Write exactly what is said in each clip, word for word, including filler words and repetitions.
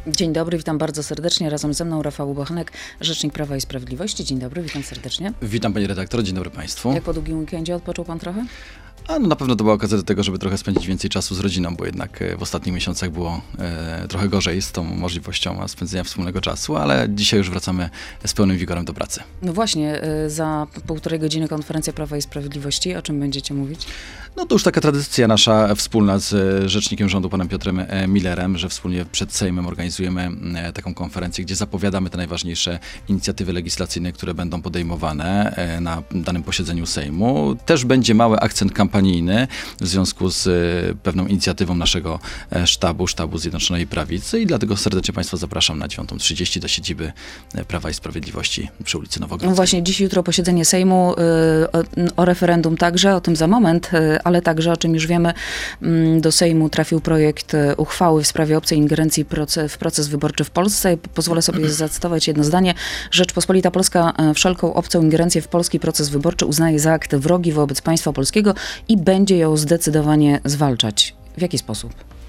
Dzień dobry, witam bardzo serdecznie. Razem ze mną Rafał Bochenek, rzecznik Prawa i Sprawiedliwości. Dzień dobry, witam serdecznie. Witam pani redaktor, dzień dobry państwu. Jak po długim weekendzie odpoczął pan trochę? A no na pewno to była okazja do tego, żeby trochę spędzić więcej czasu z rodziną, bo jednak w ostatnich miesiącach było e, trochę gorzej z tą możliwością spędzenia wspólnego czasu, ale dzisiaj już wracamy z pełnym wigorem do pracy. No właśnie, e, za półtorej godziny konferencja Prawa i Sprawiedliwości. O czym będziecie mówić? No to już taka tradycja nasza wspólna z rzecznikiem rządu, panem Piotrem Millerem, że wspólnie przed Sejmem organizujemy taką konferencję, gdzie zapowiadamy te najważniejsze inicjatywy legislacyjne, które będą podejmowane na danym posiedzeniu Sejmu. Też będzie mały akcent kampanijny w związku z pewną inicjatywą naszego sztabu, sztabu Zjednoczonej Prawicy i dlatego serdecznie państwa zapraszam na dziewiątą trzydzieści do siedziby Prawa i Sprawiedliwości przy ulicy Nowogrodzkiej. No właśnie, dziś, jutro posiedzenie Sejmu, y, o, o referendum także, o tym za moment, y, ale także, o czym już wiemy, y, do Sejmu trafił projekt y, uchwały w sprawie obcej ingerencji proces, w proces wyborczy w Polsce. Pozwolę sobie zacytować jedno zdanie. Rzeczpospolita Polska y, wszelką obcą ingerencję w polski proces wyborczy uznaje za akt wrogi wobec państwa polskiego i będzie ją zdecydowanie zwalczać. W jaki sposób?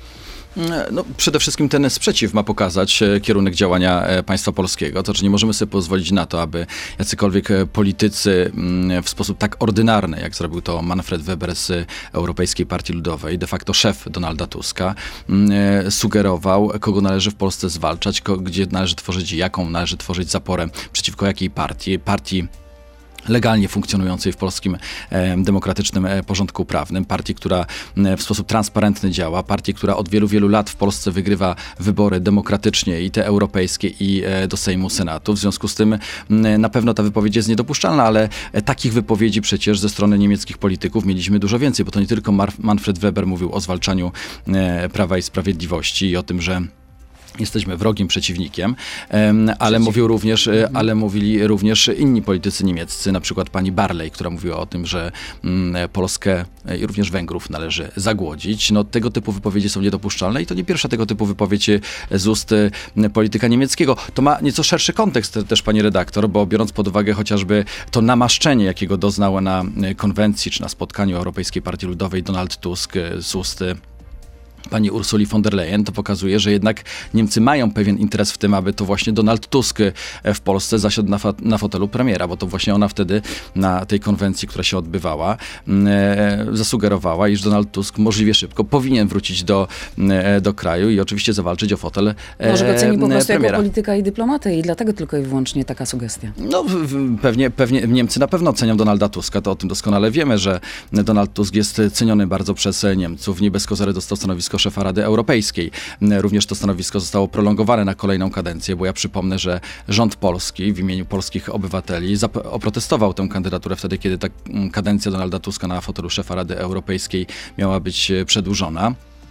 No, przede wszystkim ten sprzeciw ma pokazać kierunek działania państwa polskiego. To, że nie możemy sobie pozwolić na to, aby jacykolwiek politycy w sposób tak ordynarny, jak zrobił to Manfred Weber z Europejskiej Partii Ludowej, de facto szef Donalda Tuska, sugerował, kogo należy w Polsce zwalczać, gdzie należy tworzyć, jaką należy tworzyć zaporę, przeciwko jakiej partii, partii legalnie funkcjonującej w polskim e, demokratycznym e, porządku prawnym, partii, która e, w sposób transparentny działa, partii, która od wielu, wielu lat w Polsce wygrywa wybory demokratycznie i te europejskie i e, do Sejmu, Senatu. W związku z tym e, na pewno ta wypowiedź jest niedopuszczalna, ale e, takich wypowiedzi przecież ze strony niemieckich polityków mieliśmy dużo więcej, bo to nie tylko Mar- Manfred Weber mówił o zwalczaniu e, Prawa i Sprawiedliwości i o tym, że jesteśmy wrogim przeciwnikiem, ale Przeciw. mówił również, mhm. ale mówili również inni politycy niemieccy, na przykład pani Barley, która mówiła o tym, że mm, Polskę i również Węgrów należy zagłodzić. No, tego typu wypowiedzi są niedopuszczalne i to nie pierwsza tego typu wypowiedź z ust polityka niemieckiego. To ma nieco szerszy kontekst też, pani redaktor, bo biorąc pod uwagę chociażby to namaszczenie, jakiego doznał na konwencji czy na spotkaniu Europejskiej Partii Ludowej Donald Tusk z ust pani Ursuli von der Leyen, to pokazuje, że jednak Niemcy mają pewien interes w tym, aby to właśnie Donald Tusk w Polsce zasiadł na, fa- na fotelu premiera, bo to właśnie ona wtedy na tej konwencji, która się odbywała, e, zasugerowała, iż Donald Tusk możliwie szybko powinien wrócić do, e, do kraju i oczywiście zawalczyć o fotel e, Może go ceni po prostu premiera. jako polityka i dyplomatę i dlatego tylko i wyłącznie taka sugestia. No w, pewnie, pewnie Niemcy na pewno cenią Donalda Tuska, to o tym doskonale wiemy, że Donald Tusk jest ceniony bardzo przez Niemców. Nie bez kozery dostał stanowisko szefa Rady Europejskiej. Również to stanowisko zostało prolongowane na kolejną kadencję, bo ja przypomnę, że rząd polski w imieniu polskich obywateli zap- oprotestował tę kandydaturę wtedy, kiedy ta kadencja Donalda Tuska na fotelu szefa Rady Europejskiej miała być przedłużona.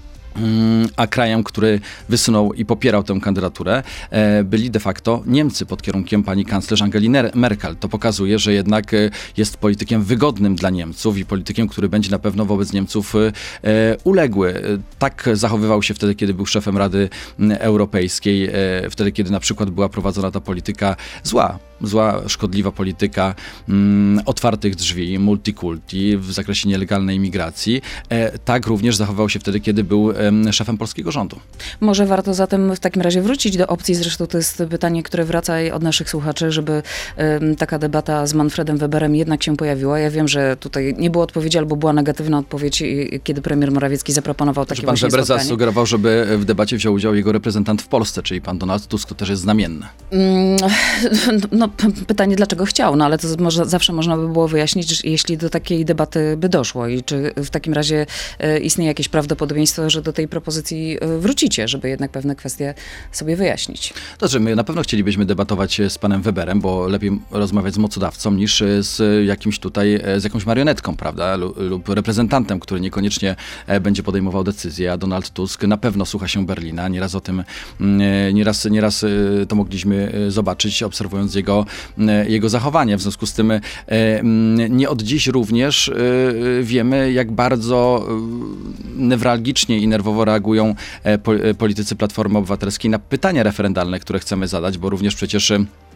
A krajem, który wysunął i popierał tę kandydaturę, byli de facto Niemcy pod kierunkiem pani kanclerz Angeli Merkel. To pokazuje, że jednak jest politykiem wygodnym dla Niemców i politykiem, który będzie na pewno wobec Niemców uległy. Tak zachowywał się wtedy, kiedy był szefem Rady Europejskiej, wtedy, kiedy na przykład była prowadzona ta polityka zła. Zła, szkodliwa polityka mm, otwartych drzwi, multikulti w zakresie nielegalnej imigracji. E, tak również zachował się wtedy, kiedy był e, szefem polskiego rządu. Może warto zatem w takim razie wrócić do opcji, zresztą to jest pytanie, które wraca od naszych słuchaczy, żeby e, taka debata z Manfredem Weberem jednak się pojawiła. Ja wiem, że tutaj nie było odpowiedzi, albo była negatywna odpowiedź, kiedy premier Morawiecki zaproponował takie właśnie spotkanie. Pan Weber zasugerował, żeby w debacie wziął udział jego reprezentant w Polsce, czyli pan Donald Tusk, to też jest znamienne. Mm, no, pytanie, dlaczego chciał, no ale to może, zawsze można by było wyjaśnić, jeśli do takiej debaty by doszło i czy w takim razie e, istnieje jakieś prawdopodobieństwo, że do tej propozycji e, wrócicie, żeby jednak pewne kwestie sobie wyjaśnić. To znaczy, my na pewno chcielibyśmy debatować z panem Weberem, bo lepiej rozmawiać z mocodawcą niż z jakimś tutaj, z jakąś marionetką, prawda, lub, lub reprezentantem, który niekoniecznie będzie podejmował decyzje, a Donald Tusk na pewno słucha się Berlina. Nieraz o tym, nieraz, nieraz to mogliśmy zobaczyć, obserwując jego jego zachowanie. W związku z tym nie od dziś również wiemy, jak bardzo newralgicznie i nerwowo reagują politycy Platformy Obywatelskiej na pytania referendalne, które chcemy zadać, bo również przecież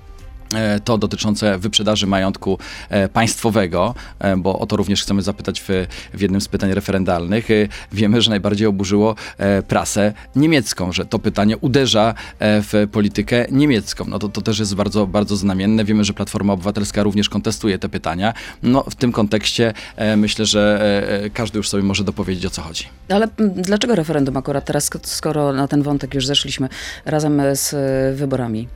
to dotyczące wyprzedaży majątku państwowego, bo o to również chcemy zapytać w, w jednym z pytań referendalnych. Wiemy, że najbardziej oburzyło prasę niemiecką, że to pytanie uderza w politykę niemiecką. No to, to też jest bardzo, bardzo znamienne. Wiemy, że Platforma Obywatelska również kontestuje te pytania. No w tym kontekście myślę, że każdy już sobie może dopowiedzieć, o co chodzi. Ale dlaczego referendum akurat teraz, skoro na ten wątek już zeszliśmy razem z wyborami?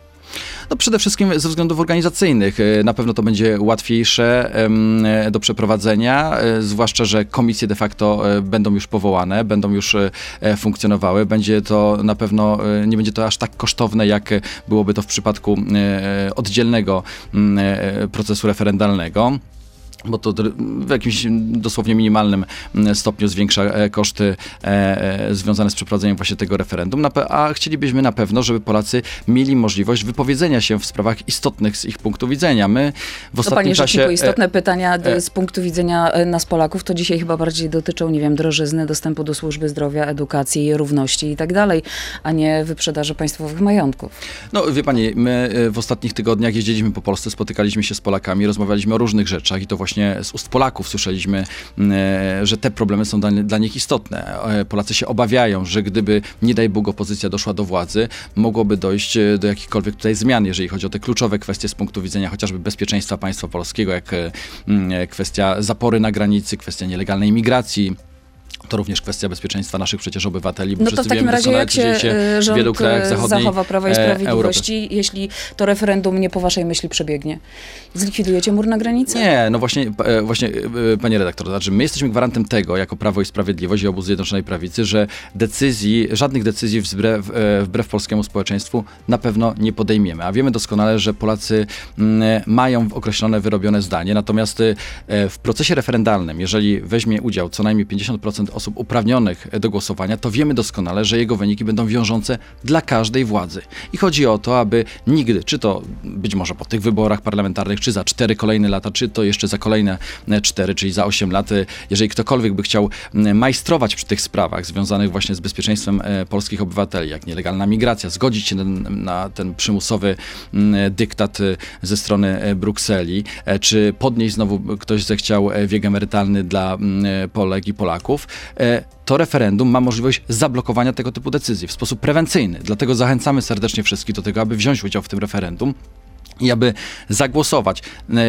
No przede wszystkim ze względów organizacyjnych. Na pewno to będzie łatwiejsze do przeprowadzenia, zwłaszcza, że komisje de facto będą już powołane, będą już funkcjonowały. Będzie to na pewno, nie będzie to aż tak kosztowne, jak byłoby to w przypadku oddzielnego procesu referendalnego, bo to w jakimś dosłownie minimalnym stopniu zwiększa koszty e, związane z przeprowadzeniem właśnie tego referendum, a chcielibyśmy na pewno, żeby Polacy mieli możliwość wypowiedzenia się w sprawach istotnych z ich punktu widzenia. My w ostatnim to panie czasie... Rzeczniku, istotne e, pytania e, z punktu widzenia nas Polaków, to dzisiaj chyba bardziej dotyczą, nie wiem, drożyzny, dostępu do służby zdrowia, edukacji, równości i tak dalej, a nie wyprzedaży państwowych majątków. No wie pani, my w ostatnich tygodniach jeździliśmy po Polsce, spotykaliśmy się z Polakami, rozmawialiśmy o różnych rzeczach i to właśnie z ust Polaków słyszeliśmy, że te problemy są dla, dla nich istotne. Polacy się obawiają, że gdyby, nie daj Bóg, opozycja doszła do władzy, mogłoby dojść do jakichkolwiek tutaj zmian, jeżeli chodzi o te kluczowe kwestie z punktu widzenia chociażby bezpieczeństwa państwa polskiego, jak kwestia zapory na granicy, kwestia nielegalnej imigracji. To również kwestia bezpieczeństwa naszych przecież obywateli, bo no to w takim razie jak się, się rząd w wielu krajach zachodniej zachowa Prawa i Sprawiedliwości, Europy. Jeśli to referendum nie po waszej myśli przebiegnie? Zlikwidujecie mur na granicy? Nie, no właśnie, właśnie panie redaktor, znaczy my jesteśmy gwarantem tego, jako Prawo i Sprawiedliwość i obóz Zjednoczonej Prawicy, że decyzji, żadnych decyzji wbrew, wbrew polskiemu społeczeństwu na pewno nie podejmiemy. A wiemy doskonale, że Polacy mają określone, wyrobione zdanie, natomiast w procesie referendalnym, jeżeli weźmie udział co najmniej pięćdziesiąt procent osób uprawnionych do głosowania, to wiemy doskonale, że jego wyniki będą wiążące dla każdej władzy. I chodzi o to, aby nigdy, czy to być może po tych wyborach parlamentarnych, czy za cztery kolejne lata, czy to jeszcze za kolejne cztery, czyli za osiem lat, jeżeli ktokolwiek by chciał majstrować przy tych sprawach związanych właśnie z bezpieczeństwem polskich obywateli, jak nielegalna migracja, zgodzić się na, na ten przymusowy dyktat ze strony Brukseli, czy podnieść znowu ktoś zechciał wiek emerytalny dla Polek i Polaków, to referendum ma możliwość zablokowania tego typu decyzji w sposób prewencyjny. Dlatego zachęcamy serdecznie wszystkich do tego, aby wziąć udział w tym referendum i aby zagłosować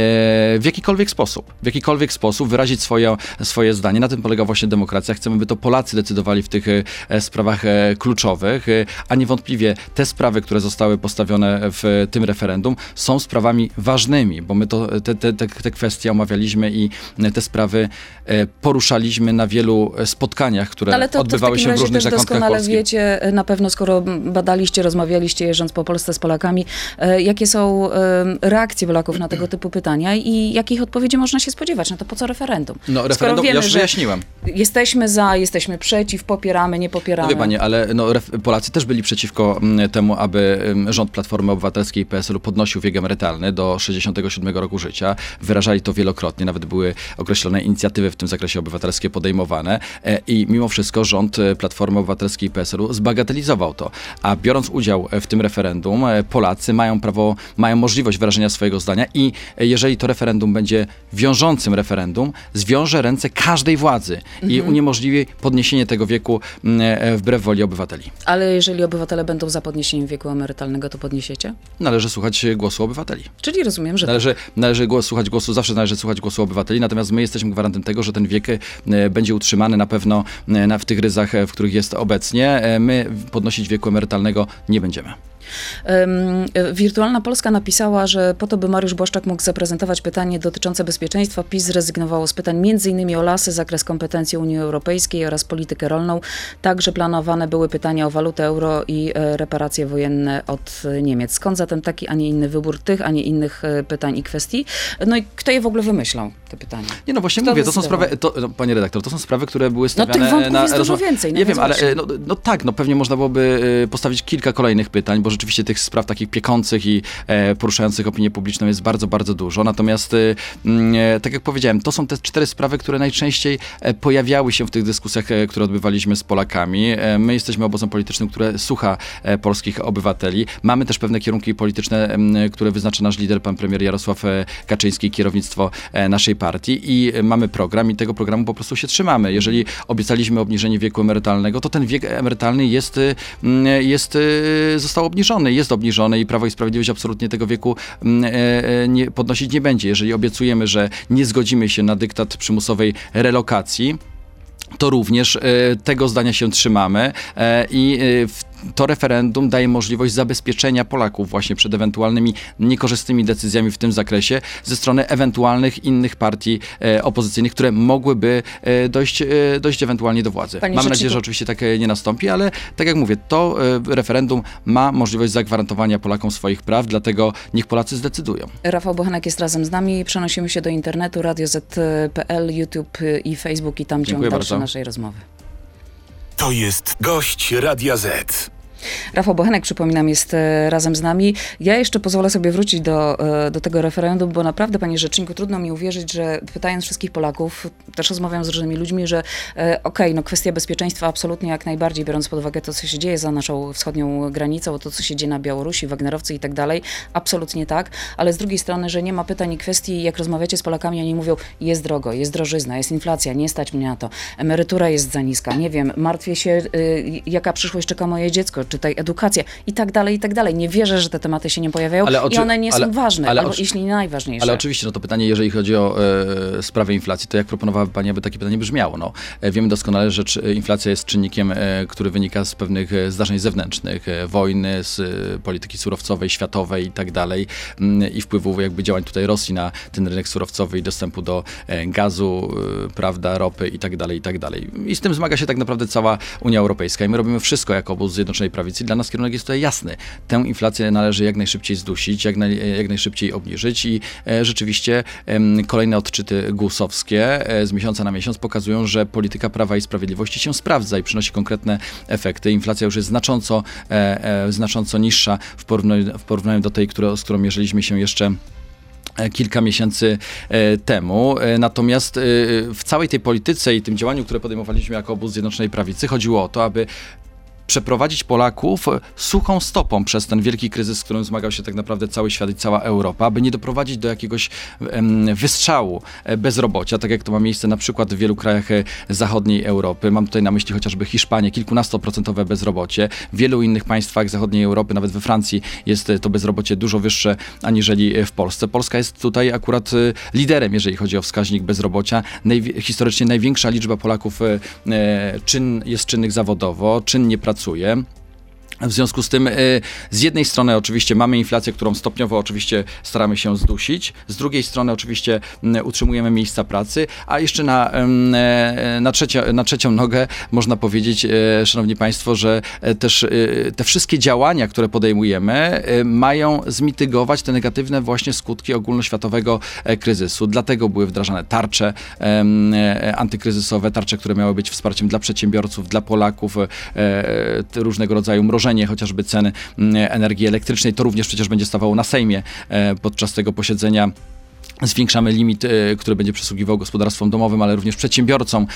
w jakikolwiek sposób, w jakikolwiek sposób wyrazić swoje, swoje zdanie. Na tym polega właśnie demokracja. Chcemy, by to Polacy decydowali w tych sprawach kluczowych, a niewątpliwie te sprawy, które zostały postawione w tym referendum, są sprawami ważnymi, bo my to, te, te, te, te kwestie omawialiśmy i te sprawy poruszaliśmy na wielu spotkaniach, które Ale to, odbywały to w się w różnych zakątkach doskonale Polski. Wiecie, na pewno skoro badaliście, rozmawialiście, jeżdżąc po Polsce z Polakami, jakie są reakcje Polaków na tego typu pytania i jakich odpowiedzi można się spodziewać? No to po co referendum? No referendum, wiemy, ja już wyjaśniłem. Jesteśmy za, jesteśmy przeciw, popieramy, nie popieramy. No wie pani, ale no, Polacy też byli przeciwko temu, aby rząd Platformy Obywatelskiej i P S L u podnosił wiek emerytalny do sześćdziesiątego siódmego roku życia. Wyrażali to wielokrotnie, nawet były określone inicjatywy w tym zakresie obywatelskie podejmowane i mimo wszystko rząd Platformy Obywatelskiej i P S L u zbagatelizował to. A biorąc udział w tym referendum, Polacy mają prawo, mają możliwość wyrażenia swojego zdania i jeżeli to referendum będzie wiążącym referendum, zwiąże ręce każdej władzy mhm. i uniemożliwi podniesienie tego wieku wbrew woli obywateli. Ale jeżeli obywatele będą za podniesieniem wieku emerytalnego, to podniesiecie? Należy słuchać głosu obywateli. Czyli rozumiem, że Należy, tak. należy głos, słuchać głosu, zawsze należy słuchać głosu obywateli, natomiast my jesteśmy gwarantem tego, że ten wiek będzie utrzymany na pewno na, w tych ryzach, w których jest obecnie. My podnosić wieku emerytalnego nie będziemy. Wirtualna Polska napisała, że po to, by Mariusz Błaszczak mógł zaprezentować pytanie dotyczące bezpieczeństwa, PiS zrezygnowało z pytań między innymi o lasy, zakres kompetencji Unii Europejskiej oraz politykę rolną. Także planowane były pytania o walutę euro i reparacje wojenne od Niemiec. Skąd zatem taki, a nie inny wybór tych, a nie innych pytań i kwestii? No i kto je w ogóle wymyślał, te pytania? Nie, no właśnie kto mówię, to są sprawy, to, no, panie redaktor, to są sprawy, które były stawiane no, tych wątków na... jest dużo więcej. Nie wiem, ale no, no tak, no pewnie można byłoby postawić kilka kolejnych pytań, bo rzeczywiście tych spraw takich piekących i e, poruszających opinię publiczną jest bardzo, bardzo dużo. Natomiast, e, tak jak powiedziałem, to są te cztery sprawy, które najczęściej e, pojawiały się w tych dyskusjach, e, które odbywaliśmy z Polakami. E, my jesteśmy obozem politycznym, które słucha e, polskich obywateli. Mamy też pewne kierunki polityczne, e, które wyznacza nasz lider, pan premier Jarosław e, Kaczyński, kierownictwo e, naszej partii i e, mamy program i tego programu po prostu się trzymamy. Jeżeli obiecaliśmy obniżenie wieku emerytalnego, to ten wiek emerytalny jest, e, jest e, został obniżony, jest obniżony i Prawo i Sprawiedliwość absolutnie tego wieku e, nie, podnosić nie będzie. Jeżeli obiecujemy, że nie zgodzimy się na dyktat przymusowej relokacji, to również e, tego zdania się trzymamy e, i e, w to referendum daje możliwość zabezpieczenia Polaków właśnie przed ewentualnymi niekorzystnymi decyzjami w tym zakresie ze strony ewentualnych innych partii e, opozycyjnych, które mogłyby e, dojść, e, dojść ewentualnie do władzy. Panie Mam rzeczniku... nadzieję, że oczywiście tak nie nastąpi, ale tak jak mówię, to e, referendum ma możliwość zagwarantowania Polakom swoich praw, dlatego niech Polacy zdecydują. Rafał Bochenek jest razem z nami. Przenosimy się do internetu, radio zet kropka pe el, YouTube i Facebook i tam ciąg dalszy naszej rozmowy. To jest gość Radia Z. Rafał Bochenek, przypominam, jest razem z nami. Ja jeszcze pozwolę sobie wrócić do, do tego referendum, bo naprawdę, panie rzeczniku, trudno mi uwierzyć, że pytając wszystkich Polaków, też rozmawiam z różnymi ludźmi, że okej, okay, no kwestia bezpieczeństwa absolutnie jak najbardziej, biorąc pod uwagę to, co się dzieje za naszą wschodnią granicą, to, co się dzieje na Białorusi, Wagnerowcy i tak dalej, absolutnie tak, ale z drugiej strony, że nie ma pytań i kwestii, jak rozmawiacie z Polakami, oni mówią, jest drogo, jest drożyzna, jest inflacja, nie stać mnie na to, emerytura jest za niska, nie wiem, martwię się, y, jaka przyszłość czeka moje dziecko, czytaj edukację i tak dalej, i tak dalej. Nie wierzę, że te tematy się nie pojawiają oczy- i one nie ale, są ważne, ale, albo oczy- jeśli nie najważniejsze. Ale oczywiście, no to pytanie, jeżeli chodzi o e, sprawę inflacji, to jak proponowała pani, aby takie pytanie brzmiało? No, e, wiemy doskonale, że czy, inflacja jest czynnikiem, e, który wynika z pewnych e, zdarzeń zewnętrznych, e, wojny, z e, polityki surowcowej, światowej i tak dalej m, i wpływu jakby działań tutaj Rosji na ten rynek surowcowy i dostępu do e, gazu, e, prawda, ropy i tak dalej, i tak dalej. I z tym zmaga się tak naprawdę cała Unia Europejska i my robimy wszystko jako obóz Zjednoczonej Prawicy. Dla nas kierunek jest tutaj jasny. Tę inflację należy jak najszybciej zdusić, jak, naj, jak najszybciej obniżyć i e, rzeczywiście e, kolejne odczyty głosowskie e, z miesiąca na miesiąc pokazują, że polityka Prawa i Sprawiedliwości się sprawdza i przynosi konkretne efekty. Inflacja już jest znacząco, e, e, znacząco niższa w porównaniu, w porównaniu do tej, które, z którą mierzyliśmy się jeszcze kilka miesięcy e, temu. E, natomiast e, w całej tej polityce i tym działaniu, które podejmowaliśmy jako obóz Zjednoczonej Prawicy, chodziło o to, aby przeprowadzić Polaków suchą stopą przez ten wielki kryzys, z którym zmagał się tak naprawdę cały świat i cała Europa, aby nie doprowadzić do jakiegoś um, wystrzału bezrobocia, tak jak to ma miejsce na przykład w wielu krajach zachodniej Europy. Mam tutaj na myśli chociażby Hiszpanię, kilkunastoprocentowe bezrobocie. W wielu innych państwach zachodniej Europy, nawet we Francji, jest to bezrobocie dużo wyższe aniżeli w Polsce. Polska jest tutaj akurat liderem, jeżeli chodzi o wskaźnik bezrobocia. Najwi- historycznie największa liczba Polaków e, czyn, jest czynnych zawodowo, czynnie pracuje. W związku z tym z jednej strony oczywiście mamy inflację, którą stopniowo oczywiście staramy się zdusić, z drugiej strony oczywiście utrzymujemy miejsca pracy, a jeszcze na, na, trzecie, na trzecią nogę można powiedzieć, szanowni państwo, że też te wszystkie działania, które podejmujemy, mają zmitygować te negatywne właśnie skutki ogólnoświatowego kryzysu. Dlatego były wdrażane tarcze antykryzysowe, tarcze, które miały być wsparciem dla przedsiębiorców, dla Polaków, różnego rodzaju mrożenia chociażby cen energii elektrycznej. To również przecież będzie stawało na Sejmie podczas tego posiedzenia. Zwiększamy limit, który będzie przysługiwał gospodarstwom domowym, ale również przedsiębiorcom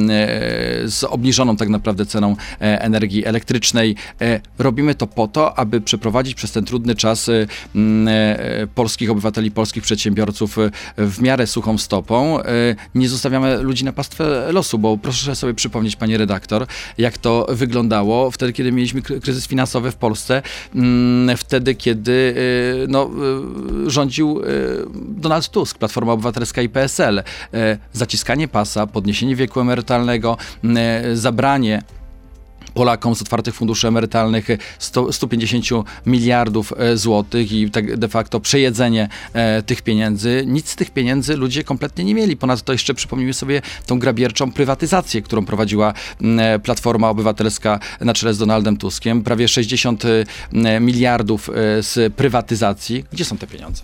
z obniżoną tak naprawdę ceną energii elektrycznej. Robimy to po to, aby przeprowadzić przez ten trudny czas polskich obywateli, polskich przedsiębiorców w miarę suchą stopą. Nie zostawiamy ludzi na pastwę losu, bo proszę sobie przypomnieć, pani redaktor, jak to wyglądało wtedy, kiedy mieliśmy kryzys finansowy w Polsce, wtedy, kiedy no, rządził Donald Tusk, Platforma Obywatelska i P S L. E, zaciskanie pasa, podniesienie wieku emerytalnego, e, zabranie Polakom z otwartych funduszy emerytalnych sto, sto pięćdziesiąt miliardów złotych i tak de facto przejedzenie e, tych pieniędzy. Nic z tych pieniędzy ludzie kompletnie nie mieli. Ponadto jeszcze przypomnijmy sobie tą grabierczą prywatyzację, którą prowadziła e, Platforma Obywatelska na czele z Donaldem Tuskiem. Prawie sześćdziesiąt miliardów e, z prywatyzacji. Gdzie są te pieniądze?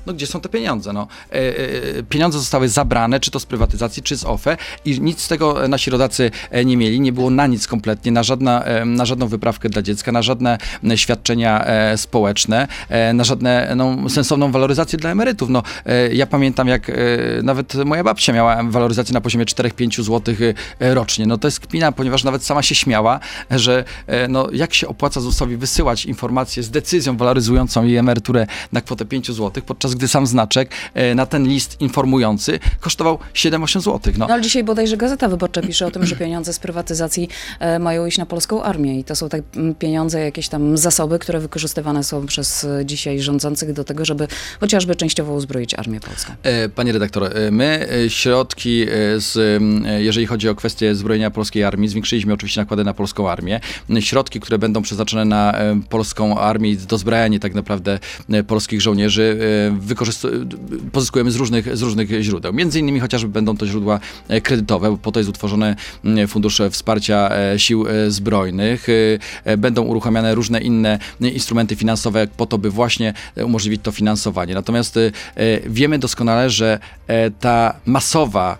no gdzie są te pieniądze? No, e, e, pieniądze zostały zabrane, czy to z prywatyzacji, czy z O F E i nic z tego nasi rodacy nie mieli, nie było na nic kompletnie, na, żadna, na żadną wyprawkę dla dziecka, na żadne świadczenia społeczne, na żadne no, sensowną waloryzację dla emerytów. No, ja pamiętam, jak nawet moja babcia miała waloryzację na poziomie cztery pięć złotych rocznie. No to jest kpina, ponieważ nawet sama się śmiała, że no, jak się opłaca zusowi wysyłać informacje z decyzją waloryzującą jej emeryturę na kwotę pięć złotych, podczas gdy sam znaczek na ten list informujący kosztował siedem osiem złotych. No. no ale dzisiaj bodajże Gazeta Wyborcza pisze o tym, że pieniądze z prywatyzacji e, mają iść na polską armię i to są tak pieniądze, jakieś tam zasoby, które wykorzystywane są przez dzisiaj rządzących do tego, żeby chociażby częściowo uzbroić armię polską. Panie redaktor, my środki, z, jeżeli chodzi o kwestię zbrojenia polskiej armii, zwiększyliśmy oczywiście nakłady na polską armię. Środki, które będą przeznaczone na polską armię i dozbrajanie tak naprawdę polskich żołnierzy pozyskujemy z różnych, z różnych źródeł. Między innymi chociażby będą to źródła kredytowe, bo po to jest utworzony Fundusz Wsparcia Sił Zbrojnych. Będą uruchamiane różne inne instrumenty finansowe po to, by właśnie umożliwić to finansowanie. Natomiast wiemy doskonale, że ta masowa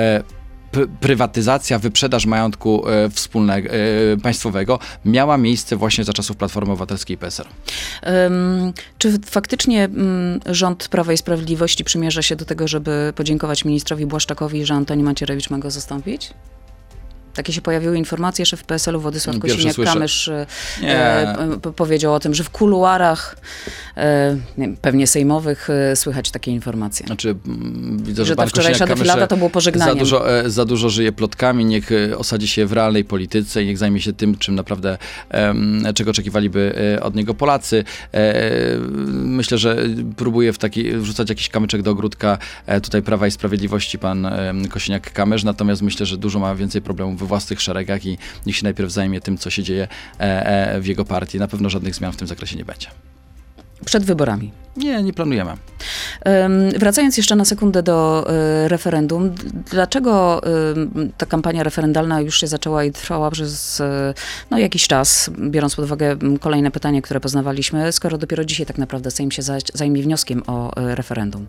prywatyzacja, wyprzedaż majątku e, wspólnego, e, państwowego miała miejsce właśnie za czasów Platformy Obywatelskiej i P S L. Um, czy faktycznie um, rząd Prawa i Sprawiedliwości przymierza się do tego, żeby podziękować ministrowi Błaszczakowi, że Antoni Macierewicz ma go zastąpić? Takie się pojawiły informacje, szef P S L-u Władysław Kosiniak-Kamysz e, powiedział o tym, że w kuluarach e, nie wiem, pewnie sejmowych e, słychać takie informacje. Znaczy, widzę, że, że ta wczorajsza defilada to było pożegnaniem. Za dużo, e, za dużo żyje plotkami, niech e, osadzi się w realnej polityce i niech zajmie się tym, czym naprawdę, e, czego oczekiwaliby e, od niego Polacy. E, myślę, że próbuje w taki, wrzucać jakiś kamyczek do ogródka e, tutaj Prawa i Sprawiedliwości pan e, Kosiniak-Kamysz, natomiast myślę, że dużo ma więcej problemów we własnych szeregach i niech się najpierw zajmie tym, co się dzieje w jego partii. Na pewno żadnych zmian w tym zakresie nie będzie. Przed wyborami? Nie, nie planujemy. Um, wracając jeszcze na sekundę do y, referendum, dlaczego y, ta kampania referendalna już się zaczęła i trwała przez y, no, jakiś czas, biorąc pod uwagę kolejne pytanie, które poznawaliśmy, skoro dopiero dzisiaj tak naprawdę Sejm się za, zajmie wnioskiem o y, referendum?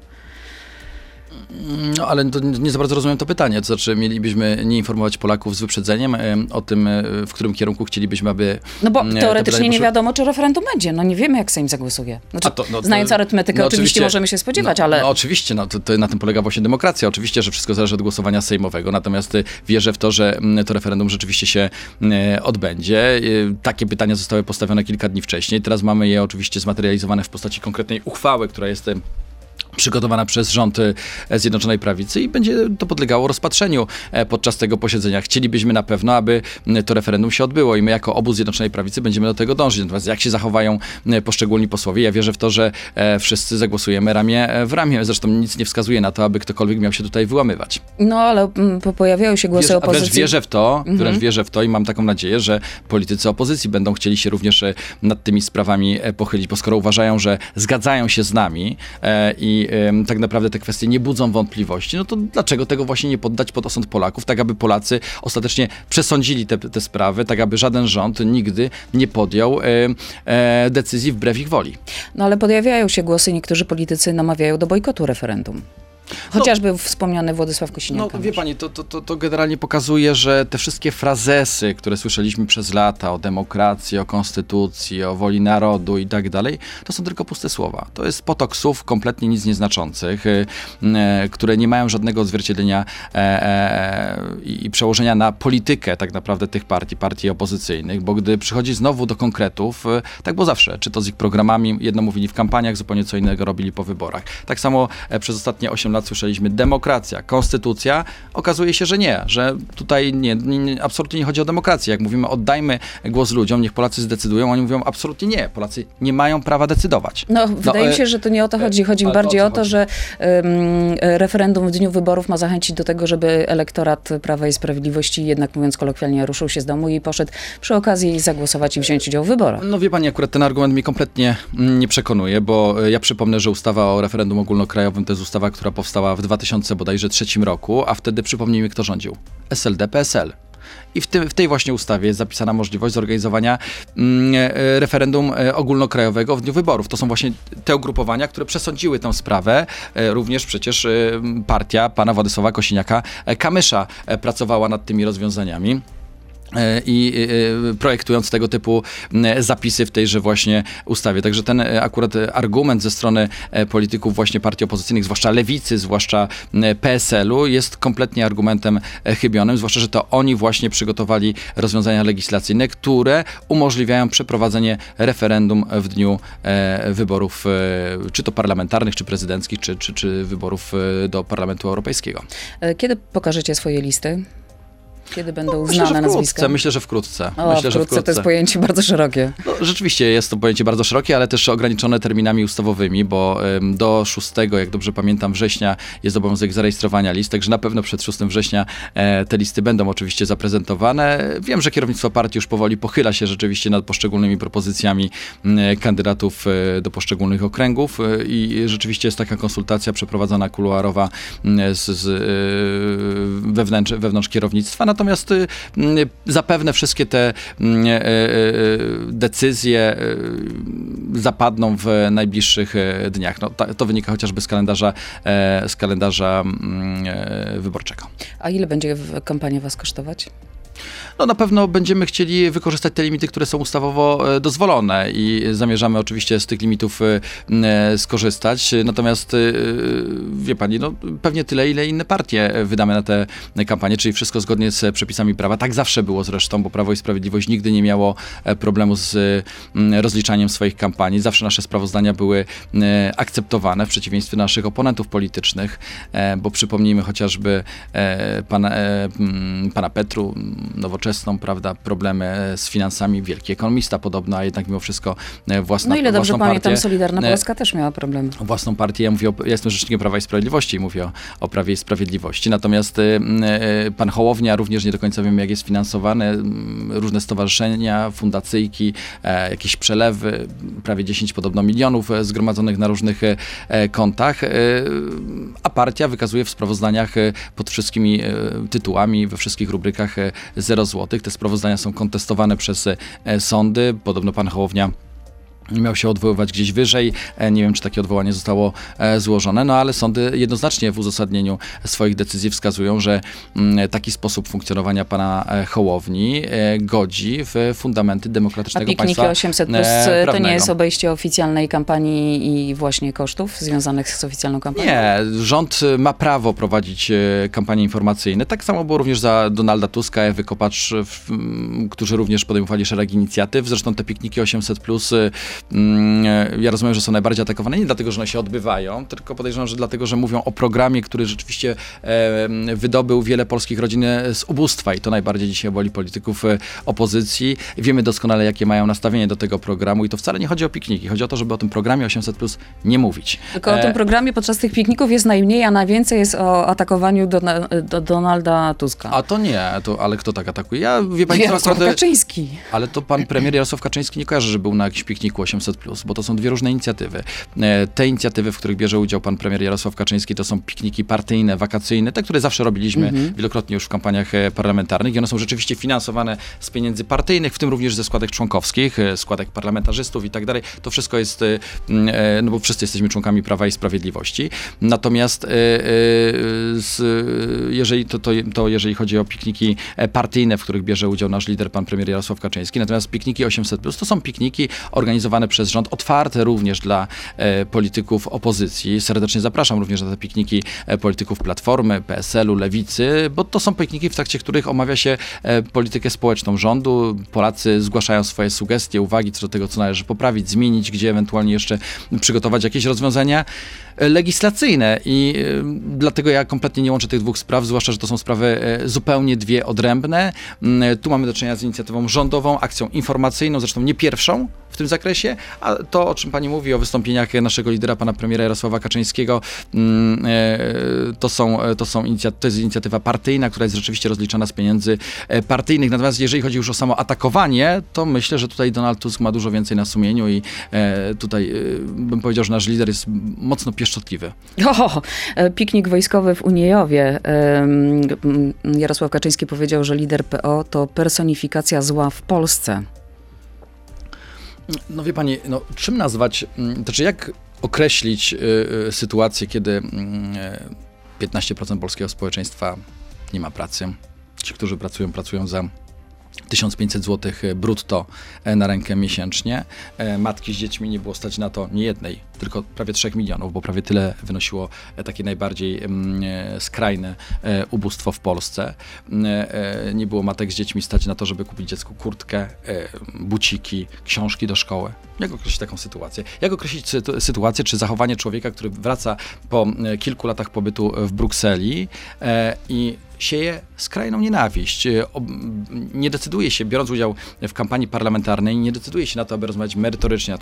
No, ale to nie za bardzo rozumiem to pytanie. To znaczy, mielibyśmy nie informować Polaków z wyprzedzeniem o tym, w którym kierunku chcielibyśmy, aby... No bo teoretycznie nie wiadomo, czy referendum będzie. No nie wiemy, jak Sejm zagłosuje. Znaczy, to, no, znając arytmetykę, no, oczywiście możemy się spodziewać, no, ale... No oczywiście, no, to, to na tym polega właśnie demokracja. Oczywiście, że wszystko zależy od głosowania sejmowego, natomiast wierzę w to, że to referendum rzeczywiście się odbędzie. Takie pytania zostały postawione kilka dni wcześniej. Teraz mamy je oczywiście zmaterializowane w postaci konkretnej uchwały, która jest przygotowana przez rząd Zjednoczonej Prawicy i będzie to podlegało rozpatrzeniu podczas tego posiedzenia. Chcielibyśmy na pewno, aby to referendum się odbyło i my jako obóz Zjednoczonej Prawicy będziemy do tego dążyć. Natomiast jak się zachowają poszczególni posłowie, ja wierzę w to, że wszyscy zagłosujemy ramię w ramię. Zresztą nic nie wskazuje na to, aby ktokolwiek miał się tutaj wyłamywać. No ale pojawiają się głosy Wierz, opozycji. Wręcz wierzę w to, mhm. wręcz wierzę w to i mam taką nadzieję, że politycy opozycji będą chcieli się również nad tymi sprawami pochylić, bo skoro uważają, że zgadzają się z nami i tak naprawdę te kwestie nie budzą wątpliwości, no to dlaczego tego właśnie nie poddać pod osąd Polaków, tak aby Polacy ostatecznie przesądzili te, te sprawy, tak aby żaden rząd nigdy nie podjął e, e, decyzji wbrew ich woli. No ale pojawiają się głosy, niektórzy politycy namawiają do bojkotu referendum. Chociażby no, wspomniany Władysław Kosiniak-Kamysz. No wie pani, to, to, to generalnie pokazuje, że te wszystkie frazesy, które słyszeliśmy przez lata o demokracji, o konstytucji, o woli narodu i tak dalej, to są tylko puste słowa. To jest potok słów kompletnie nic nieznaczących, y, y, które nie mają żadnego odzwierciedlenia e, e, i przełożenia na politykę tak naprawdę tych partii, partii opozycyjnych, bo gdy przychodzi znowu do konkretów, y, tak było zawsze, czy to z ich programami, jedno mówili w kampaniach, zupełnie co innego robili po wyborach. Tak samo e, przez ostatnie osiem lat słyszeliśmy demokracja, konstytucja. Okazuje się, że nie, że tutaj nie, nie, absolutnie nie chodzi o demokrację. Jak mówimy, oddajmy głos ludziom, niech Polacy zdecydują, oni mówią absolutnie nie. Polacy nie mają prawa decydować. No, wydaje no, mi się, że to nie o to chodzi. Chodzi mi bardziej o to, chodzi? że um, referendum w dniu wyborów ma zachęcić do tego, żeby elektorat Prawa i Sprawiedliwości, jednak mówiąc kolokwialnie, ruszył się z domu i poszedł przy okazji zagłosować i wziąć udział w wyborach. No wie pani, akurat ten argument mnie kompletnie nie przekonuje, bo ja przypomnę, że ustawa o referendum ogólnokrajowym to jest ustawa, która powstała w dwa tysiące bodajże trzecim roku, a wtedy przypomnijmy, kto rządził. S L D, P S L. i w, tym, w tej właśnie ustawie jest zapisana możliwość zorganizowania mm, referendum ogólnokrajowego w dniu wyborów. To są właśnie te ugrupowania, które przesądziły tę sprawę. Również przecież partia pana Władysława Kosiniaka-Kamysza pracowała nad tymi rozwiązaniami. I projektując tego typu zapisy w tejże właśnie ustawie. Także ten akurat argument ze strony polityków właśnie partii opozycyjnych, zwłaszcza Lewicy, zwłaszcza P S L-u, jest kompletnie argumentem chybionym, zwłaszcza, że to oni właśnie przygotowali rozwiązania legislacyjne, które umożliwiają przeprowadzenie referendum w dniu wyborów, czy to parlamentarnych, czy prezydenckich, czy, czy, czy wyborów do Parlamentu Europejskiego. Kiedy pokażecie swoje listy? Kiedy będą no, znane myślę, że nazwiska? Myślę, że wkrótce. O, myślę, wkrótce, że wkrótce to jest pojęcie bardzo szerokie. No, rzeczywiście jest to pojęcie bardzo szerokie, ale też ograniczone terminami ustawowymi, bo ym, do szóstego, jak dobrze pamiętam, września jest obowiązek zarejestrowania list, także na pewno przed szóstego września e, te listy będą oczywiście zaprezentowane. Wiem, że kierownictwo partii już powoli pochyla się rzeczywiście nad poszczególnymi propozycjami e, kandydatów e, do poszczególnych okręgów e, i rzeczywiście jest taka konsultacja przeprowadzana kuluarowa e, z, z, e, wewnątrz, wewnątrz kierownictwa, natomiast e, zapewne wszystkie te decyzje zapadną w najbliższych dniach. No, to wynika chociażby z kalendarza, z kalendarza wyborczego. A ile będzie kampania was kosztować? No na pewno będziemy chcieli wykorzystać te limity, które są ustawowo dozwolone i zamierzamy oczywiście z tych limitów skorzystać. Natomiast wie pani, no pewnie tyle, ile inne partie wydamy na tę kampanię, czyli wszystko zgodnie z przepisami prawa. Tak zawsze było zresztą, bo Prawo i Sprawiedliwość nigdy nie miało problemu z rozliczaniem swoich kampanii. Zawsze nasze sprawozdania były akceptowane w przeciwieństwie do naszych oponentów politycznych, bo przypomnijmy chociażby pana, pana Petru, Nowoczesną, prawda, problemy z finansami, wielki ekonomista podobno, a jednak mimo wszystko własna, no ile dobrze własną pamiętam, partię, Solidarna Polska też miała problemy. Własną partię, ja mówię, o, ja jestem rzecznikiem Prawa i Sprawiedliwości i mówię o, o Prawie i Sprawiedliwości, natomiast y, y, pan Hołownia również nie do końca wiem, jak jest finansowany, y, różne stowarzyszenia, fundacyjki, e, jakieś przelewy, prawie dziesięć podobno milionów e, zgromadzonych na różnych e, kontach, e, a partia wykazuje w sprawozdaniach e, pod wszystkimi e, tytułami, we wszystkich rubrykach e, zero złotych. Te sprawozdania są kontestowane przez e, sądy. Podobno pan Hołownia miał się odwoływać gdzieś wyżej. Nie wiem, czy takie odwołanie zostało złożone, no ale sądy jednoznacznie w uzasadnieniu swoich decyzji wskazują, że taki sposób funkcjonowania pana Hołowni godzi w fundamenty demokratycznego państwa. A pikniki państwa osiemset plus to nie jest obejście oficjalnej kampanii i właśnie kosztów związanych z oficjalną kampanią? Nie, rząd ma prawo prowadzić kampanie informacyjne. Tak samo było również za Donalda Tuska, Ewy Kopacz, którzy również podejmowali szereg inicjatyw. Zresztą te pikniki osiemset plus ja rozumiem, że są najbardziej atakowane nie dlatego, że one się odbywają, tylko podejrzewam, że dlatego, że mówią o programie, który rzeczywiście e, wydobył wiele polskich rodzin z ubóstwa i to najbardziej dzisiaj boli polityków opozycji. Wiemy doskonale, jakie mają nastawienie do tego programu i to wcale nie chodzi o pikniki. Chodzi o to, żeby o tym programie osiemset plus nie mówić. Tylko e... o tym programie podczas tych pikników jest najmniej, a najwięcej jest o atakowaniu do, do Donalda Tuska. A to nie, to, ale kto tak atakuje? Ja, wie pani, Jarosław akurat, Kaczyński. Ale to pan premier Jarosław Kaczyński nie kojarzy, że był na jakimś pikniku osiemset plus, bo to są dwie różne inicjatywy. Te inicjatywy, w których bierze udział pan premier Jarosław Kaczyński, to są pikniki partyjne, wakacyjne, te, które zawsze robiliśmy mm-hmm. wielokrotnie już w kampaniach parlamentarnych i one są rzeczywiście finansowane z pieniędzy partyjnych, w tym również ze składek członkowskich, składek parlamentarzystów i tak dalej. To wszystko jest, no bo wszyscy jesteśmy członkami Prawa i Sprawiedliwości. Natomiast jeżeli, to, to, to jeżeli chodzi o pikniki partyjne, w których bierze udział nasz lider, pan premier Jarosław Kaczyński, natomiast pikniki osiemset plus to są pikniki organizowane przez rząd, otwarte również dla e, polityków opozycji. Serdecznie zapraszam również na te pikniki e, polityków Platformy, P S L-u, Lewicy, bo to są pikniki, w trakcie których omawia się e, politykę społeczną rządu. Polacy zgłaszają swoje sugestie, uwagi co do tego, co należy poprawić, zmienić, gdzie ewentualnie jeszcze przygotować jakieś rozwiązania e, legislacyjne i e, dlatego ja kompletnie nie łączę tych dwóch spraw, zwłaszcza, że to są sprawy e, zupełnie dwie odrębne. E, tu mamy do czynienia z inicjatywą rządową, akcją informacyjną, zresztą nie pierwszą w w tym zakresie, a to, o czym pani mówi, o wystąpieniach naszego lidera, pana premiera Jarosława Kaczyńskiego, to są, to są inicjatywy, to jest inicjatywa partyjna, która jest rzeczywiście rozliczana z pieniędzy partyjnych. Natomiast jeżeli chodzi już o samo atakowanie, to myślę, że tutaj Donald Tusk ma dużo więcej na sumieniu i tutaj bym powiedział, że nasz lider jest mocno pieszczotliwy. O, piknik wojskowy w Uniejowie. Jarosław Kaczyński powiedział, że lider P O to personifikacja zła w Polsce. No wie pani, no, czym nazwać, to znaczy jak określić y, y, sytuację, kiedy y, piętnaście procent polskiego społeczeństwa nie ma pracy. Ci, którzy pracują, pracują za tysiąc pięćset złotych brutto na rękę miesięcznie. Matki z dziećmi nie było stać na to nie jednej, tylko prawie trzech milionów, bo prawie tyle wynosiło takie najbardziej skrajne ubóstwo w Polsce. Nie było matek z dziećmi stać na to, żeby kupić dziecku kurtkę, buciki, książki do szkoły. Jak określić taką sytuację? Jak określić sytuację, czy zachowanie człowieka, który wraca po kilku latach pobytu w Brukseli i sieje skrajną nienawiść. Nie decyduje się, biorąc udział w kampanii parlamentarnej, nie decyduje się na to, aby rozmawiać merytorycznie,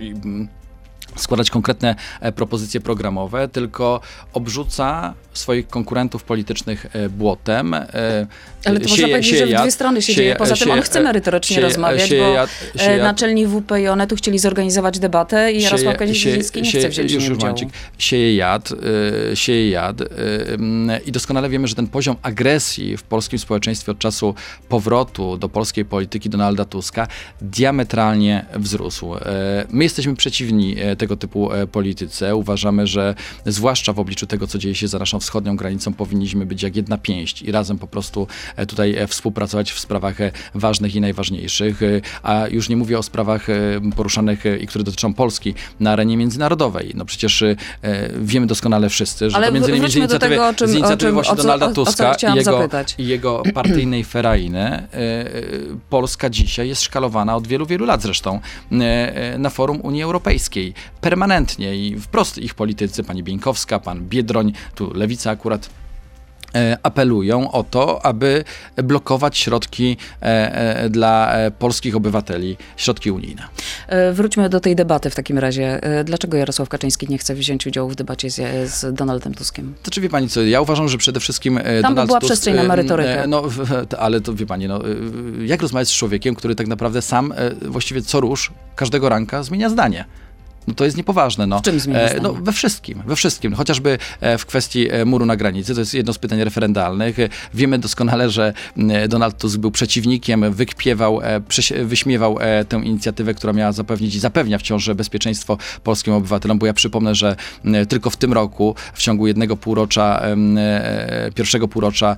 składać konkretne propozycje programowe, tylko obrzuca swoich konkurentów politycznych błotem. Ale to można powiedzieć, że w dwie strony się dzieje. Poza tym on chce merytorycznie rozmawiać, bo naczelni W P i one tu chcieli zorganizować debatę i Jarosław Kaczyński nie chce wziąć w niej udziału. Sieje jad, sieje jad i doskonale wiemy, że ten poziom agresji w polskim społeczeństwie od czasu powrotu do polskiej polityki Donalda Tuska diametralnie wzrósł. My jesteśmy przeciwni tego typu polityce. Uważamy, że zwłaszcza w obliczu tego, co dzieje się za naszą wschodnią granicą, powinniśmy być jak jedna pięść i razem po prostu tutaj współpracować w sprawach ważnych i najważniejszych, a już nie mówię o sprawach poruszanych i które dotyczą Polski na arenie międzynarodowej. No przecież wiemy doskonale wszyscy, że ale to między innymi z inicjatywy, tego, czym, z inicjatywy właśnie o co, Donalda o, Tuska o i, jego, zapytać. i jego partyjnej ferainy Polska dzisiaj jest szkalowana od wielu, wielu lat zresztą na forum Unii Europejskiej. Permanentnie i wprost ich politycy, pani Bieńkowska, pan Biedroń, tu Lewica akurat, apelują o to, aby blokować środki dla polskich obywateli, środki unijne. Wróćmy do tej debaty w takim razie. Dlaczego Jarosław Kaczyński nie chce wziąć udziału w debacie z, z Donaldem Tuskiem? To czy wie pani co, ja uważam, że przede wszystkim Tam Donald by była Tusk, przestrzeń na merytorykę. No, ale to wie pani, no, jak rozmawiać z człowiekiem, który tak naprawdę sam właściwie co rusz, każdego ranka zmienia zdanie? No to jest niepoważne. No. W czym zmienia zdanie? No, we wszystkim, we wszystkim. Chociażby w kwestii muru na granicy, to jest jedno z pytań referendalnych. Wiemy doskonale, że Donald Tusk był przeciwnikiem, wykpiewał, wyśmiewał tę inicjatywę, która miała zapewnić i zapewnia wciąż bezpieczeństwo polskim obywatelom, bo ja przypomnę, że tylko w tym roku, w ciągu jednego półrocza, pierwszego półrocza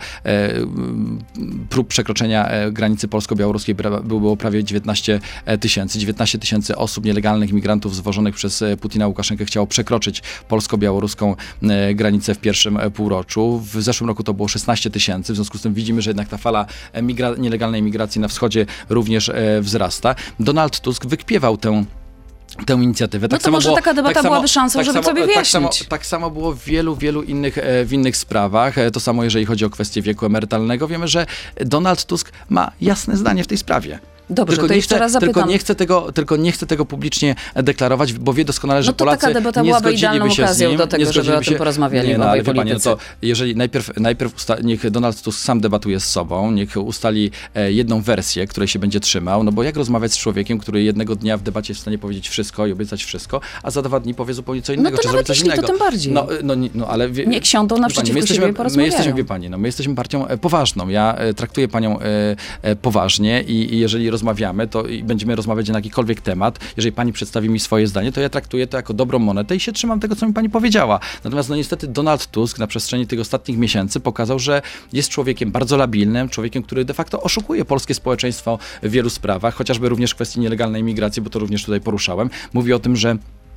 prób przekroczenia granicy polsko-białoruskiej było prawie dziewiętnaście tysięcy. dziewiętnaście tysięcy osób, nielegalnych migrantów zwożonych przez Putina Łukaszenkę chciało przekroczyć polsko-białoruską granicę w pierwszym półroczu. W zeszłym roku to było szesnaście tysięcy, w związku z tym widzimy, że jednak ta fala migra- nielegalnej migracji na wschodzie również wzrasta. Donald Tusk wykpiewał tę tę inicjatywę. Tak no to samo może było, taka debata tak byłaby samo, szansą, tak żeby samo, sobie wyjaśnić. Tak samo, tak samo było w wielu, wielu innych, w innych sprawach. To samo jeżeli chodzi o kwestię wieku emerytalnego. Wiemy, że Donald Tusk ma jasne zdanie w tej sprawie. Dobrze, tylko to nie jeszcze chce, raz zapytam. Tylko nie, chce tego, tylko nie chce tego publicznie deklarować, bo wie doskonale, że no to Polacy taka debata nie byłaby zgodziliby idealną się okazją z nim, do tego, żeby o tym się, porozmawiali nie, no, obaj ale wie pani, no to politycy. jeżeli najpierw, najpierw usta, niech Donald Tusk sam debatuje z sobą, niech ustali e, jedną wersję, której się będzie trzymał, no bo jak rozmawiać z człowiekiem, który jednego dnia w debacie jest w stanie powiedzieć wszystko i obiecać wszystko, a za dwa dni powie zupełnie co innego, no to czy nawet zrobi coś jeśli, innego. to tym bardziej. No, no, no ale wie, niech siądą naprzeciwko my jesteśmy, siebie i porozmawiają. My jesteśmy, wie pani, no, my jesteśmy partią e, poważną. Ja e, traktuję panią e, e, poważnie i, i jeżeli rozmawiamy, to i będziemy rozmawiać na jakikolwiek temat, jeżeli pani przedstawi mi swoje zdanie, to ja traktuję to jako dobrą monetę i się trzymam tego, co mi pani powiedziała. Natomiast no niestety Donald Tusk na przestrzeni tych ostatnich miesięcy pokazał, że jest człowiekiem bardzo labilnym, człowiekiem, który de facto oszukuje polskie społeczeństwo w wielu sprawach, chociażby również w kwestii nielegalnej migracji, bo to również tutaj poruszałem. Mówi o tym, że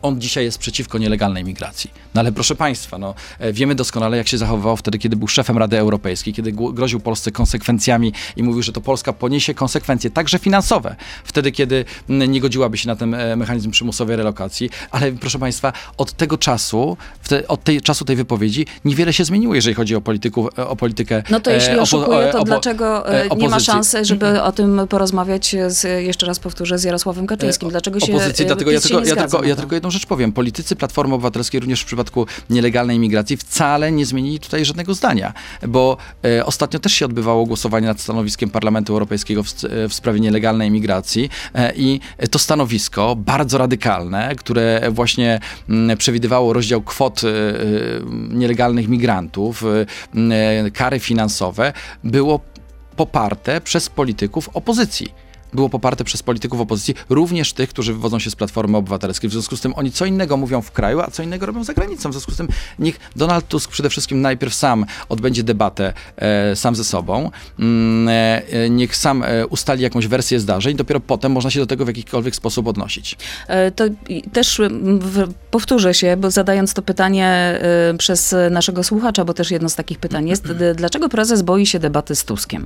on dzisiaj jest przeciwko nielegalnej migracji. No ale proszę państwa, no, wiemy doskonale, jak się zachowywał wtedy, kiedy był szefem Rady Europejskiej, kiedy groził Polsce konsekwencjami i mówił, że to Polska poniesie konsekwencje, także finansowe, wtedy, kiedy nie godziłaby się na ten mechanizm przymusowej relokacji. Ale proszę państwa, od tego czasu, od tej czasu tej wypowiedzi niewiele się zmieniło, jeżeli chodzi o, polityków, o politykę. No to jeśli oszukuje, to opo- dlaczego opozycji. nie ma szansy, żeby o tym porozmawiać z, jeszcze raz powtórzę, z Jarosławem Kaczyńskim? Dlaczego się opozycji, dlatego ja, się tylko, nie ja, zgadza tylko, na ja to? tylko jedną rzecz powiem. Politycy Platformy Obywatelskiej również w przypadku nielegalnej imigracji wcale nie zmienili tutaj żadnego zdania, bo e, ostatnio też się odbywało głosowanie nad stanowiskiem Parlamentu Europejskiego w, w sprawie nielegalnej imigracji e, i to stanowisko bardzo radykalne, które właśnie m, przewidywało rozdział kwot e, nielegalnych migrantów, e, kary finansowe, było poparte przez polityków opozycji. Było poparte przez polityków opozycji, również tych, którzy wywodzą się z Platformy Obywatelskiej. W związku z tym oni co innego mówią w kraju, a co innego robią za granicą. W związku z tym niech Donald Tusk przede wszystkim najpierw sam odbędzie debatę e, sam ze sobą, mm, e, niech sam e, ustali jakąś wersję zdarzeń, dopiero potem można się do tego w jakikolwiek sposób odnosić. E, to też w, powtórzę się, bo zadając to pytanie e, przez naszego słuchacza, bo też jedno z takich pytań jest, d- dlaczego prezes boi się debaty z Tuskiem?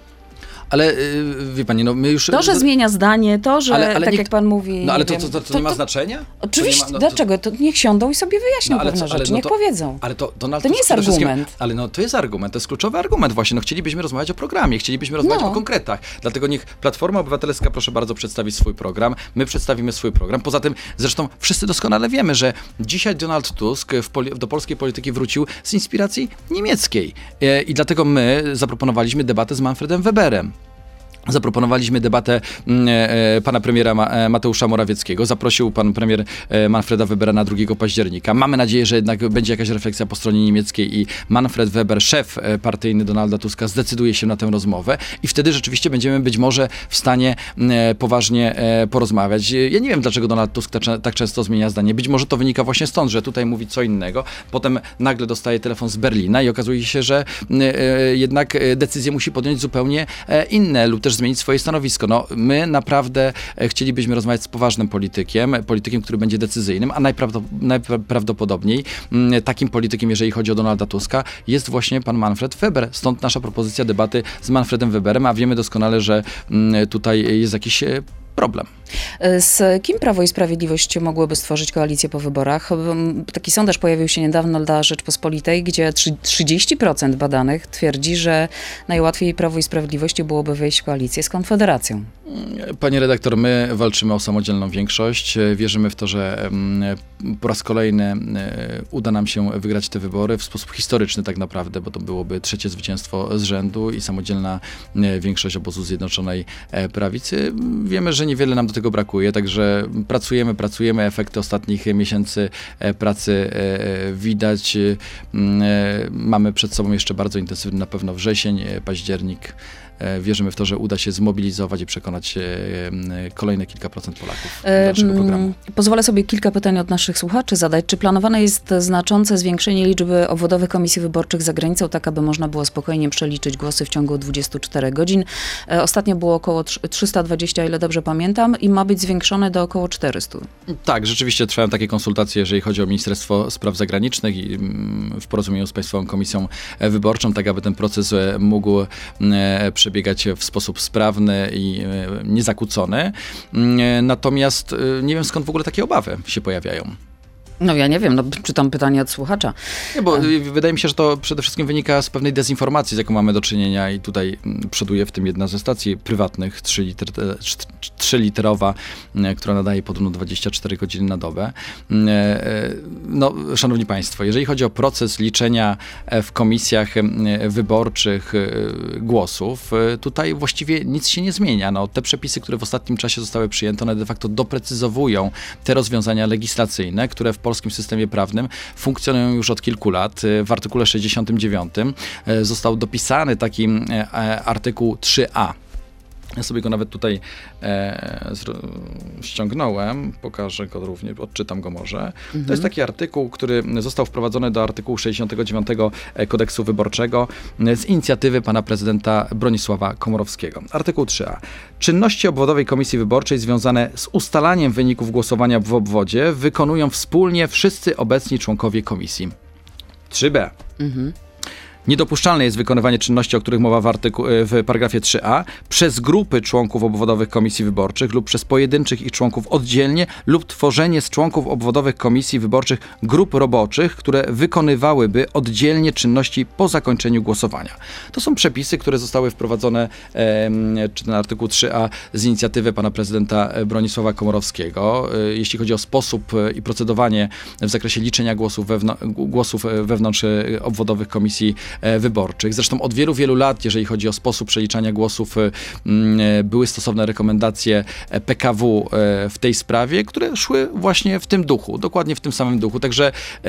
Ale wie pani, no my już... To, że zmienia zdanie, to, że ale, ale tak niech, jak pan mówi... No ale to, wiem, to, to, to, to nie ma to, znaczenia? Oczywiście, To nie ma, no, dlaczego? To niech siądą i sobie wyjaśnią no, pewne co, rzeczy, no niech to, powiedzą. Ale to Donald To nie jest argument. Ale no to jest argument, to jest kluczowy argument właśnie. No chcielibyśmy rozmawiać o programie, chcielibyśmy rozmawiać no. o konkretach. Dlatego niech Platforma Obywatelska, proszę bardzo, przedstawi swój program. My przedstawimy swój program. Poza tym, zresztą wszyscy doskonale wiemy, że dzisiaj Donald Tusk w poli- do polskiej polityki wrócił z inspiracji niemieckiej. E, I dlatego my zaproponowaliśmy debatę z Manfredem Weberem. Zaproponowaliśmy debatę e, pana premiera Ma, Mateusza Morawieckiego. Zaprosił pan premier e, Manfreda Webera na drugiego października. Mamy nadzieję, że jednak będzie jakaś refleksja po stronie niemieckiej i Manfred Weber, szef e, partyjny Donalda Tuska, zdecyduje się na tę rozmowę i wtedy rzeczywiście będziemy być może w stanie e, poważnie e, porozmawiać. Ja nie wiem, dlaczego Donald Tusk tak, tak często zmienia zdanie. Być może to wynika właśnie stąd, że tutaj mówi co innego. Potem nagle dostaje telefon z Berlina i okazuje się, że e, jednak decyzje musi podjąć zupełnie e, inne lub też zmienić swoje stanowisko. No, my naprawdę chcielibyśmy rozmawiać z poważnym politykiem, politykiem, który będzie decyzyjnym, a najprawdopodobniej takim politykiem, jeżeli chodzi o Donalda Tuska, jest właśnie pan Manfred Weber. Stąd nasza propozycja debaty z Manfredem Weberem, a wiemy doskonale, że tutaj jest jakiś problem. Z kim Prawo i Sprawiedliwość mogłoby stworzyć koalicję po wyborach? Taki sondaż pojawił się niedawno dla Rzeczpospolitej, gdzie trzydzieści procent badanych twierdzi, że najłatwiej Prawo i Sprawiedliwości byłoby wejść w koalicję z Konfederacją. Panie redaktor, my walczymy o samodzielną większość. Wierzymy w to, że po raz kolejny uda nam się wygrać te wybory w sposób historyczny tak naprawdę, bo to byłoby trzecie zwycięstwo z rzędu i samodzielna większość obozu Zjednoczonej Prawicy. Wiemy, że niewiele nam do tego brakuje, także pracujemy, pracujemy. Efekty ostatnich miesięcy pracy widać. Mamy przed sobą jeszcze bardzo intensywny na pewno wrzesień, październik. Wierzymy w to, że uda się zmobilizować i przekonać kolejne kilka procent Polaków do naszego programu. Pozwolę sobie kilka pytań od naszych słuchaczy zadać. Czy planowane jest znaczące zwiększenie liczby obwodowych komisji wyborczych za granicą, tak aby można było spokojnie przeliczyć głosy w ciągu dwudziestu czterech godzin? Ostatnio było około trzysta dwadzieścia, o ile dobrze pamiętam, i ma być zwiększone do około czterystu. Tak, rzeczywiście trwają takie konsultacje, jeżeli chodzi o Ministerstwo Spraw Zagranicznych i w porozumieniu z Państwową Komisją Wyborczą, tak aby ten proces mógł przebiegać w sposób sprawny i niezakłócony. Natomiast nie wiem, skąd w ogóle takie obawy się pojawiają. No ja nie wiem, no, czytam pytanie od słuchacza. Nie, bo wydaje mi się, że to przede wszystkim wynika z pewnej dezinformacji, z jaką mamy do czynienia i tutaj przoduje w tym jedna ze stacji prywatnych, trzyliterowa, która nadaje podobno dwadzieścia cztery godziny na dobę. No, szanowni państwo, jeżeli chodzi o proces liczenia w komisjach wyborczych głosów, tutaj właściwie nic się nie zmienia. No, te przepisy, które w ostatnim czasie zostały przyjęte, one de facto doprecyzowują te rozwiązania legislacyjne, które w polskim systemie prawnym funkcjonują już od kilku lat. W artykule sześćdziesiątym dziewiątym został dopisany taki artykuł trzy a. Ja sobie go nawet tutaj e, zro, ściągnąłem, pokażę go również, odczytam go może. Mhm. To jest taki artykuł, który został wprowadzony do artykułu sześćdziesiątego dziewiątego Kodeksu Wyborczego z inicjatywy pana prezydenta Bronisława Komorowskiego. Artykuł trzy a. Czynności obwodowej komisji wyborczej związane z ustalaniem wyników głosowania w obwodzie wykonują wspólnie wszyscy obecni członkowie komisji. trzy b. Mhm. Niedopuszczalne jest wykonywanie czynności, o których mowa w, artyku- w paragrafie trzy a, przez grupy członków obwodowych komisji wyborczych lub przez pojedynczych ich członków oddzielnie lub tworzenie z członków obwodowych komisji wyborczych grup roboczych, które wykonywałyby oddzielnie czynności po zakończeniu głosowania. To są przepisy, które zostały wprowadzone, e, czy ten artykuł trzy a, z inicjatywy pana prezydenta Bronisława Komorowskiego, e, jeśli chodzi o sposób i procedowanie w zakresie liczenia głosów, wewn- głosów wewnątrz obwodowych komisji wyborczych. Zresztą od wielu, wielu lat, jeżeli chodzi o sposób przeliczania głosów, były stosowne rekomendacje P K W w tej sprawie, które szły właśnie w tym duchu, dokładnie w tym samym duchu. Także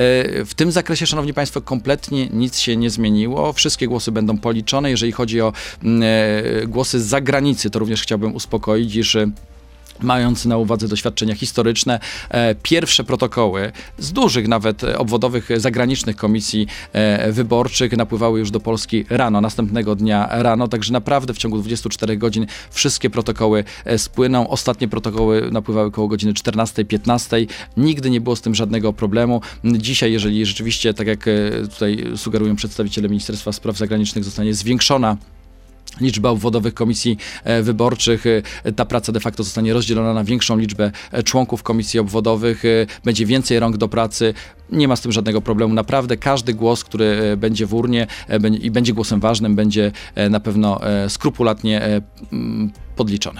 w tym zakresie, szanowni państwo, kompletnie nic się nie zmieniło. Wszystkie głosy będą policzone. Jeżeli chodzi o głosy z zagranicy, to również chciałbym uspokoić, iż mając na uwadze doświadczenia historyczne, e, pierwsze protokoły z dużych nawet obwodowych zagranicznych komisji e, wyborczych napływały już do Polski rano, następnego dnia rano, także naprawdę w ciągu dwudziestu czterech godzin wszystkie protokoły e, spłyną. Ostatnie protokoły napływały koło godziny czternastej piętnastej. Nigdy nie było z tym żadnego problemu. Dzisiaj, jeżeli rzeczywiście, tak jak e, tutaj sugerują przedstawiciele Ministerstwa Spraw Zagranicznych, zostanie zwiększona liczba obwodowych komisji wyborczych, ta praca de facto zostanie rozdzielona na większą liczbę członków komisji obwodowych, będzie więcej rąk do pracy, nie ma z tym żadnego problemu. Naprawdę każdy głos, który będzie w urnie i będzie głosem ważnym, będzie na pewno skrupulatnie podliczone.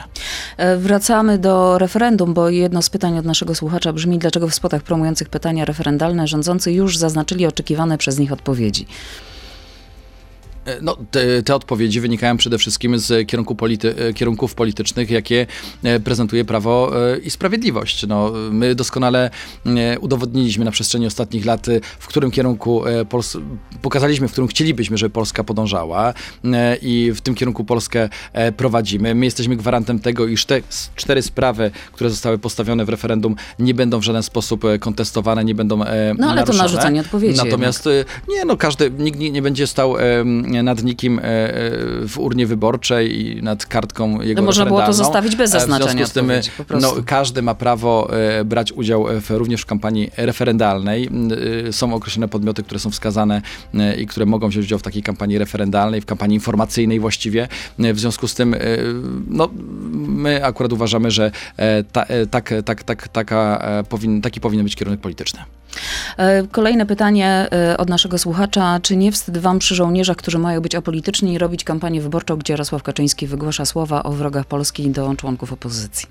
Wracamy do referendum, bo jedno z pytań od naszego słuchacza brzmi, dlaczego w spotach promujących pytania referendalne rządzący już zaznaczyli oczekiwane przez nich odpowiedzi? No, te, te odpowiedzi wynikają przede wszystkim z kierunku polity- kierunków politycznych, jakie prezentuje Prawo i Sprawiedliwość. No, my doskonale udowodniliśmy na przestrzeni ostatnich lat, w którym kierunku Pols- pokazaliśmy, w którym chcielibyśmy, żeby Polska podążała i w tym kierunku Polskę prowadzimy. My jesteśmy gwarantem tego, iż te cztery sprawy, które zostały postawione w referendum, nie będą w żaden sposób kontestowane, nie będą naruszone. No ale to narzucanie odpowiedzi. Natomiast jednak. nie, no każdy, nikt nie będzie stał nad nikim w urnie wyborczej i nad kartką jego no, można było to referendalną. zostawić bez zaznaczenia. W związku z tym po prostu. no, każdy ma prawo brać udział w, również w kampanii referendalnej. Są określone podmioty, które są wskazane i które mogą wziąć udział w takiej kampanii referendalnej, w kampanii informacyjnej właściwie. W związku z tym no, my akurat uważamy, że ta, tak, tak, tak, taka powin, taki powinien być kierunek polityczny. Kolejne pytanie od naszego słuchacza. Czy nie wstyd wam przy żołnierzach, którzy mają być apolityczni i robić kampanię wyborczą, gdzie Jarosław Kaczyński wygłasza słowa o wrogach Polski do członków opozycji?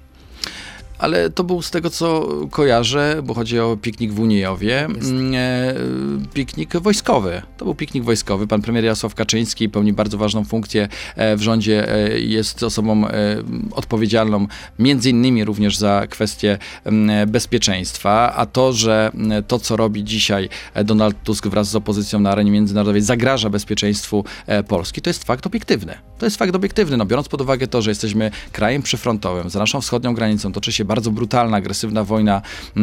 Ale to był z tego, co kojarzę, bo chodzi o piknik w Uniejowie, e, piknik wojskowy. To był piknik wojskowy. Pan premier Jarosław Kaczyński pełni bardzo ważną funkcję w rządzie. E, jest osobą e, odpowiedzialną między innymi również za kwestie e, bezpieczeństwa, a to, że to, co robi dzisiaj Donald Tusk wraz z opozycją na arenie międzynarodowej, zagraża bezpieczeństwu e, Polski, to jest fakt obiektywny. To jest fakt obiektywny. No, biorąc pod uwagę to, że jesteśmy krajem przyfrontowym, za naszą wschodnią granicą toczy się bardzo brutalna, agresywna wojna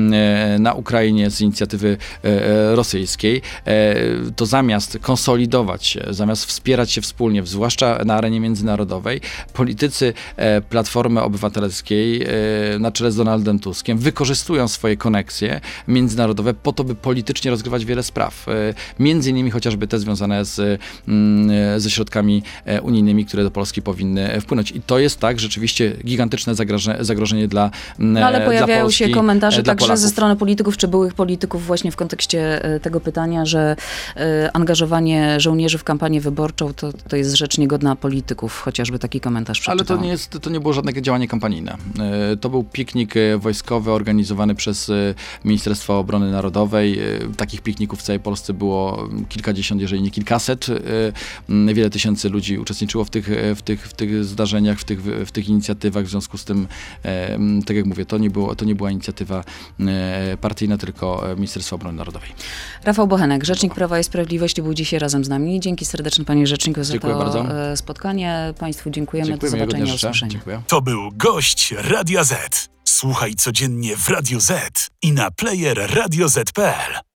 na Ukrainie z inicjatywy rosyjskiej, to zamiast konsolidować się, zamiast wspierać się wspólnie, zwłaszcza na arenie międzynarodowej, politycy Platformy Obywatelskiej na czele z Donaldem Tuskiem wykorzystują swoje koneksje międzynarodowe po to, by politycznie rozgrywać wiele spraw. Między innymi chociażby te związane z, ze środkami unijnymi, które do Polski powinny wpłynąć. I to jest tak rzeczywiście gigantyczne zagrożenie, zagrożenie dla No ale pojawiają Polski, się komentarze także Polaków. ze strony polityków czy byłych polityków właśnie w kontekście tego pytania, że angażowanie żołnierzy w kampanię wyborczą to, to jest rzecz niegodna polityków. Chociażby taki komentarz przeczytałam. Ale to nie, jest, to nie było żadnego działanie kampanijne. To był piknik wojskowy organizowany przez Ministerstwo Obrony Narodowej. Takich pikników w całej Polsce było kilkadziesiąt, jeżeli nie kilkaset. Wiele tysięcy ludzi uczestniczyło w tych, w tych, w tych zdarzeniach, w tych, w tych inicjatywach. W związku z tym, tak jak jak mówię, to nie, było, to nie była inicjatywa partyjna, tylko Ministerstwa Obrony Narodowej. Rafał Bochenek, Rzecznik Prawa i Sprawiedliwości, był dzisiaj razem z nami. Dzięki serdeczne, panie rzeczniku, za Dziękuję to bardzo. spotkanie. Państwu dziękujemy. Dziękuję, Do zobaczenia, miłego dnia życzę. usłyszenia. Dziękuję. To był gość Radia Z. Słuchaj codziennie w Radio Z i na player radio zet kropka pe el.